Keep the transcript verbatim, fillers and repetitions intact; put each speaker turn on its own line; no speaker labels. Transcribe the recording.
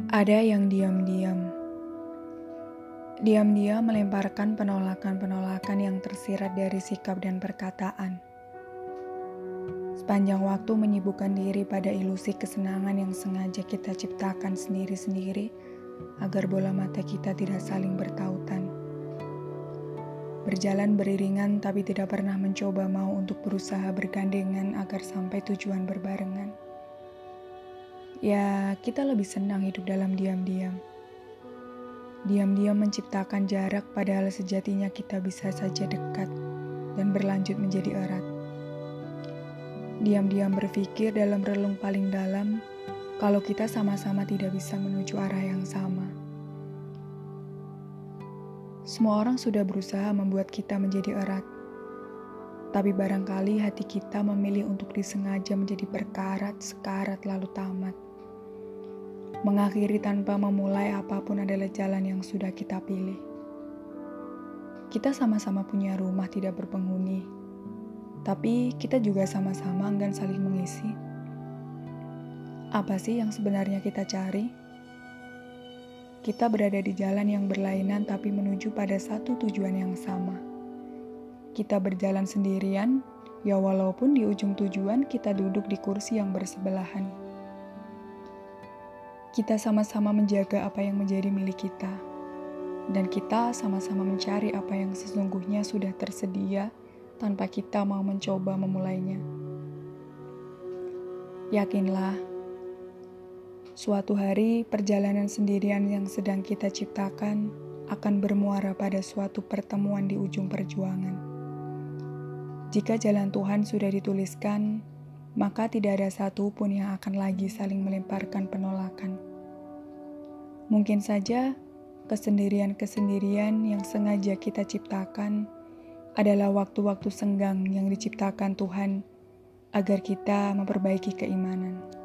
Ada yang diam-diam, diam-diam melemparkan penolakan-penolakan yang tersirat dari sikap dan perkataan. Sepanjang waktu menyibukkan diri pada ilusi kesenangan yang sengaja kita ciptakan sendiri-sendiri agar bola mata kita tidak saling bertautan. Berjalan beriringan tapi tidak pernah mencoba mau untuk berusaha bergandengan agar sampai tujuan berbarengan. Ya, kita lebih senang hidup dalam diam-diam. Diam-diam menciptakan jarak padahal sejatinya kita bisa saja dekat dan berlanjut menjadi erat. Diam-diam berpikir dalam relung paling dalam kalau kita sama-sama tidak bisa menuju arah yang sama. Semua orang sudah berusaha membuat kita menjadi erat, tapi barangkali hati kita memilih untuk disengaja menjadi berkarat, sekarat lalu tamat. Mengakhiri tanpa memulai apapun adalah jalan yang sudah kita pilih. Kita sama-sama punya rumah tidak berpenghuni, tapi kita juga sama-sama enggan saling mengisi. Apa sih yang sebenarnya kita cari? Kita berada di jalan yang berlainan tapi menuju pada satu tujuan yang sama. Kita berjalan sendirian, ya walaupun di ujung tujuan kita duduk di kursi yang bersebelahan. Kita sama-sama menjaga apa yang menjadi milik kita, dan kita sama-sama mencari apa yang sesungguhnya sudah tersedia tanpa kita mau mencoba memulainya. Yakinlah, suatu hari perjalanan sendirian yang sedang kita ciptakan akan bermuara pada suatu pertemuan di ujung perjuangan. Jika jalan Tuhan sudah dituliskan, maka tidak ada satu pun yang akan lagi saling melemparkan penolakan. Mungkin saja kesendirian-kesendirian yang sengaja kita ciptakan adalah waktu-waktu senggang yang diciptakan Tuhan agar kita memperbaiki keimanan.